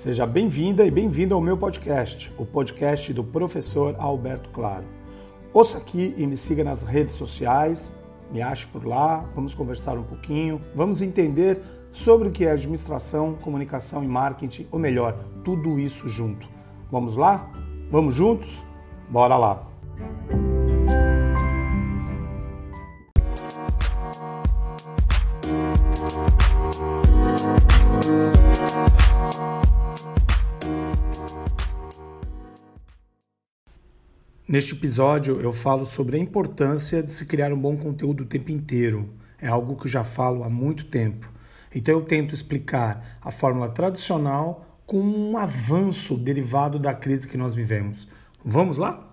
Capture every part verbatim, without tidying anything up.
Seja bem-vinda e bem-vindo ao meu podcast, o podcast do professor Alberto Claro. Ouça aqui e me siga nas redes sociais, me ache por lá, vamos conversar um pouquinho, vamos entender sobre o que é administração, comunicação e marketing, ou melhor, tudo isso junto. Vamos lá? Vamos juntos? Bora lá! Neste episódio eu falo sobre a importância de se criar um bom conteúdo o tempo inteiro. É algo que eu já falo há muito tempo. Então eu tento explicar a fórmula tradicional com um avanço derivado da crise que nós vivemos. Vamos lá?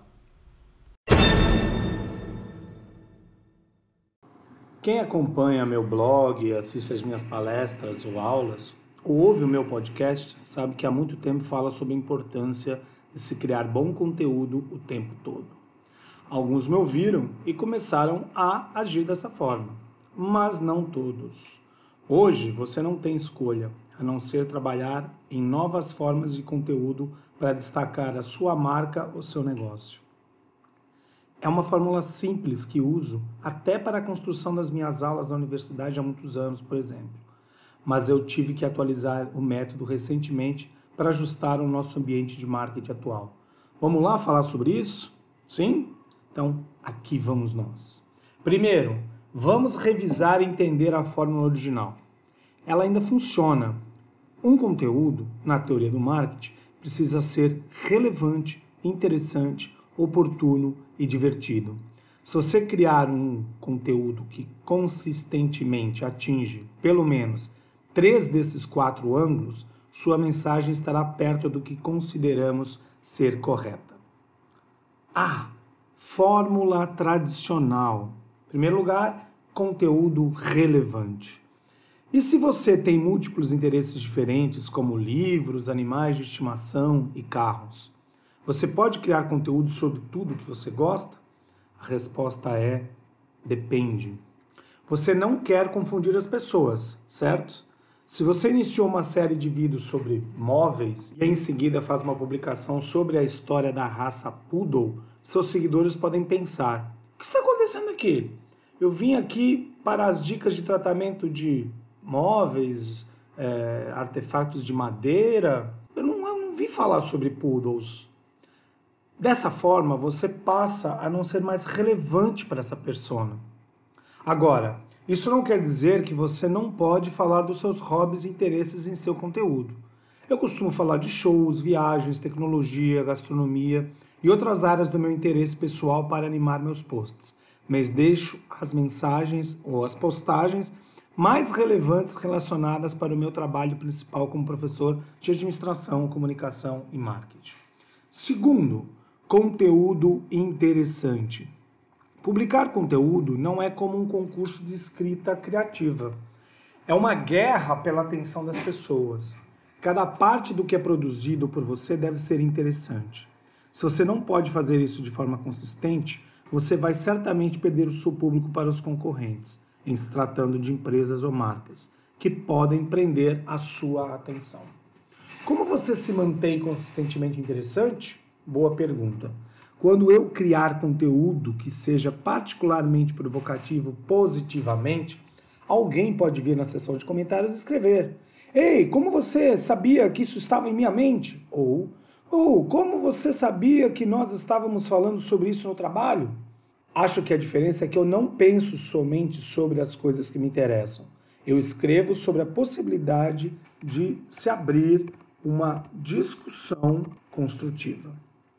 Quem acompanha meu blog, assiste as minhas palestras ou aulas, ou ouve o meu podcast, sabe que há muito tempo falo sobre a importância de se criar bom conteúdo o tempo todo. Alguns me ouviram e começaram a agir dessa forma, mas não todos. Hoje você não tem escolha, a não ser trabalhar em novas formas de conteúdo para destacar a sua marca ou seu negócio. É uma fórmula simples que uso até para a construção das minhas aulas na universidade há muitos anos, por exemplo. Mas eu tive que atualizar o método recentemente para ajustar o nosso ambiente de marketing atual. Vamos lá falar sobre isso? Sim? Então, aqui vamos nós. Primeiro, vamos revisar e entender a fórmula original. Ela ainda funciona. Um conteúdo, na teoria do marketing, precisa ser relevante, interessante, oportuno e divertido. Se você criar um conteúdo que consistentemente atinge, pelo menos, três desses quatro ângulos, sua mensagem estará perto do que consideramos ser correta. A. Fórmula tradicional. Em primeiro lugar, conteúdo relevante. E se você tem múltiplos interesses diferentes, como livros, animais de estimação e carros, você pode criar conteúdo sobre tudo que você gosta? A resposta é: depende. Você não quer confundir as pessoas, certo? Se você iniciou uma série de vídeos sobre móveis e em seguida faz uma publicação sobre a história da raça Poodle, seus seguidores podem pensar: o que está acontecendo aqui? Eu vim aqui para as dicas de tratamento de móveis, é, artefatos de madeira. Eu não, eu não vim falar sobre poodles. Dessa forma, você passa a não ser mais relevante para essa persona. Agora, isso não quer dizer que você não pode falar dos seus hobbies e interesses em seu conteúdo. Eu costumo falar de shows, viagens, tecnologia, gastronomia e outras áreas do meu interesse pessoal para animar meus posts, mas deixo as mensagens ou as postagens mais relevantes relacionadas para o meu trabalho principal como professor de administração, comunicação e marketing. Segundo, conteúdo interessante. Publicar conteúdo não é como um concurso de escrita criativa. É uma guerra pela atenção das pessoas. Cada parte do que é produzido por você deve ser interessante. Se você não pode fazer isso de forma consistente, você vai certamente perder o seu público para os concorrentes, em se tratando de empresas ou marcas, que podem prender a sua atenção. Como você se mantém consistentemente interessante? Boa pergunta. Quando eu criar conteúdo que seja particularmente provocativo positivamente, alguém pode vir na seção de comentários e escrever: Ei, como você sabia que isso estava em minha mente? Ou, ou como você sabia que nós estávamos falando sobre isso no trabalho? Acho que a diferença é que eu não penso somente sobre as coisas que me interessam. Eu escrevo sobre a possibilidade de se abrir uma discussão construtiva.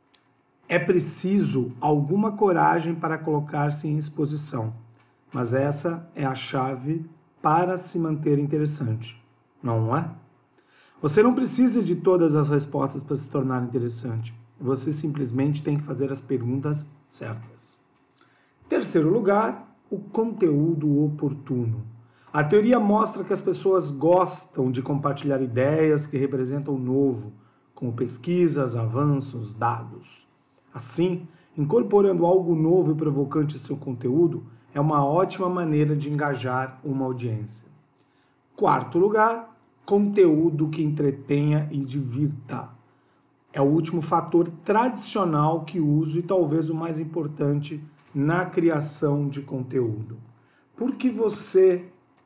É preciso alguma coragem para colocar-se em exposição, mas essa é a chave para se manter interessante, não é? Você não precisa de todas as respostas para se tornar interessante. Você simplesmente tem que fazer as perguntas certas. Terceiro lugar, o conteúdo oportuno. A teoria mostra que as pessoas gostam de compartilhar ideias que representam o novo, como pesquisas, avanços, dados. Assim, incorporando algo novo e provocante em seu conteúdo é uma ótima maneira de engajar uma audiência. Quarto lugar, conteúdo que entretenha e divirta. É o último fator tradicional que uso e talvez o mais importante na criação de conteúdo. Por que você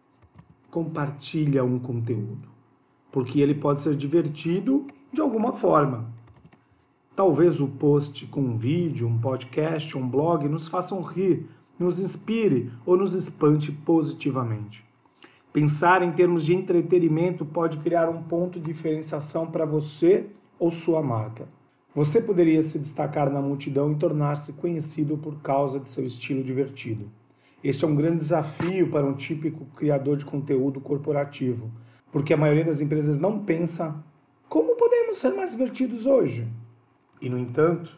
compartilha um conteúdo? Porque ele pode ser divertido de alguma forma. Talvez o post com um vídeo, um podcast, um blog nos façam rir, nos inspire ou nos espante positivamente. Pensar em termos de entretenimento pode criar um ponto de diferenciação para você ou sua marca. Você poderia se destacar na multidão e tornar-se conhecido por causa de seu estilo divertido. Este é um grande desafio para um típico criador de conteúdo corporativo, porque a maioria das empresas não pensa como podemos ser mais divertidos hoje. E, no entanto,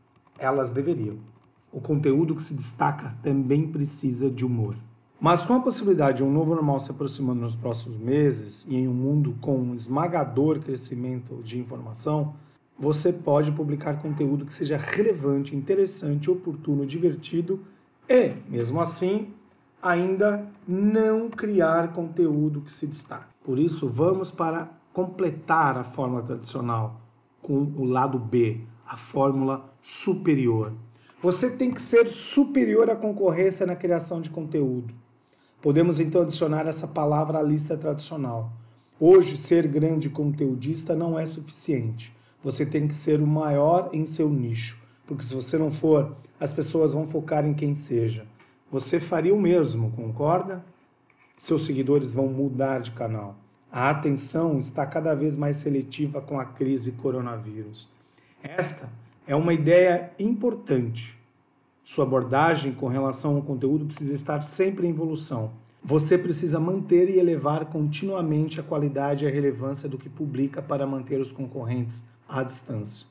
elas deveriam. O conteúdo que se destaca também precisa de humor. Mas com a possibilidade de um novo normal se aproximando nos próximos meses e em um mundo com um esmagador crescimento de informação, você pode publicar conteúdo que seja relevante, interessante, oportuno, divertido e, mesmo assim, ainda não criar conteúdo que se destaque. Por isso, vamos para completar a fórmula tradicional com o lado B, a fórmula superior. Você tem que ser superior à concorrência na criação de conteúdo. Podemos então adicionar essa palavra à lista tradicional. Hoje, ser grande conteudista não é suficiente. Você tem que ser o maior em seu nicho, porque se você não for, as pessoas vão focar em quem seja. Você faria o mesmo, concorda? Seus seguidores vão mudar de canal. A atenção está cada vez mais seletiva com a crise coronavírus. Esta é uma ideia importante. Sua abordagem com relação ao conteúdo precisa estar sempre em evolução. Você precisa manter e elevar continuamente a qualidade e a relevância do que publica para manter os concorrentes à distância.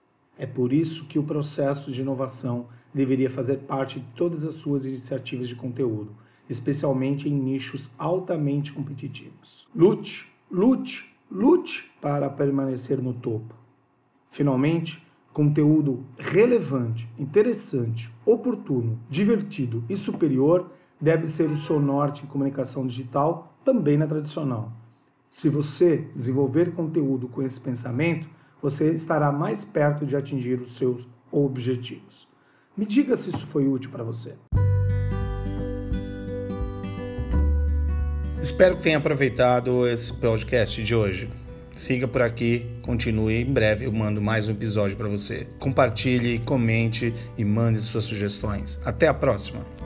É por isso que o processo de inovação deveria fazer parte de todas as suas iniciativas de conteúdo, especialmente em nichos altamente competitivos. Lute, lute, lute para permanecer no topo. Finalmente, conteúdo relevante, interessante, oportuno, divertido e superior deve ser o seu norte em comunicação digital, também na tradicional. Se você desenvolver conteúdo com esse pensamento, você estará mais perto de atingir os seus objetivos. Me diga se isso foi útil para você. Espero que tenha aproveitado esse podcast de hoje. Siga por aqui, continue, em breve eu mando mais um episódio para você. Compartilhe, comente e mande suas sugestões. Até a próxima!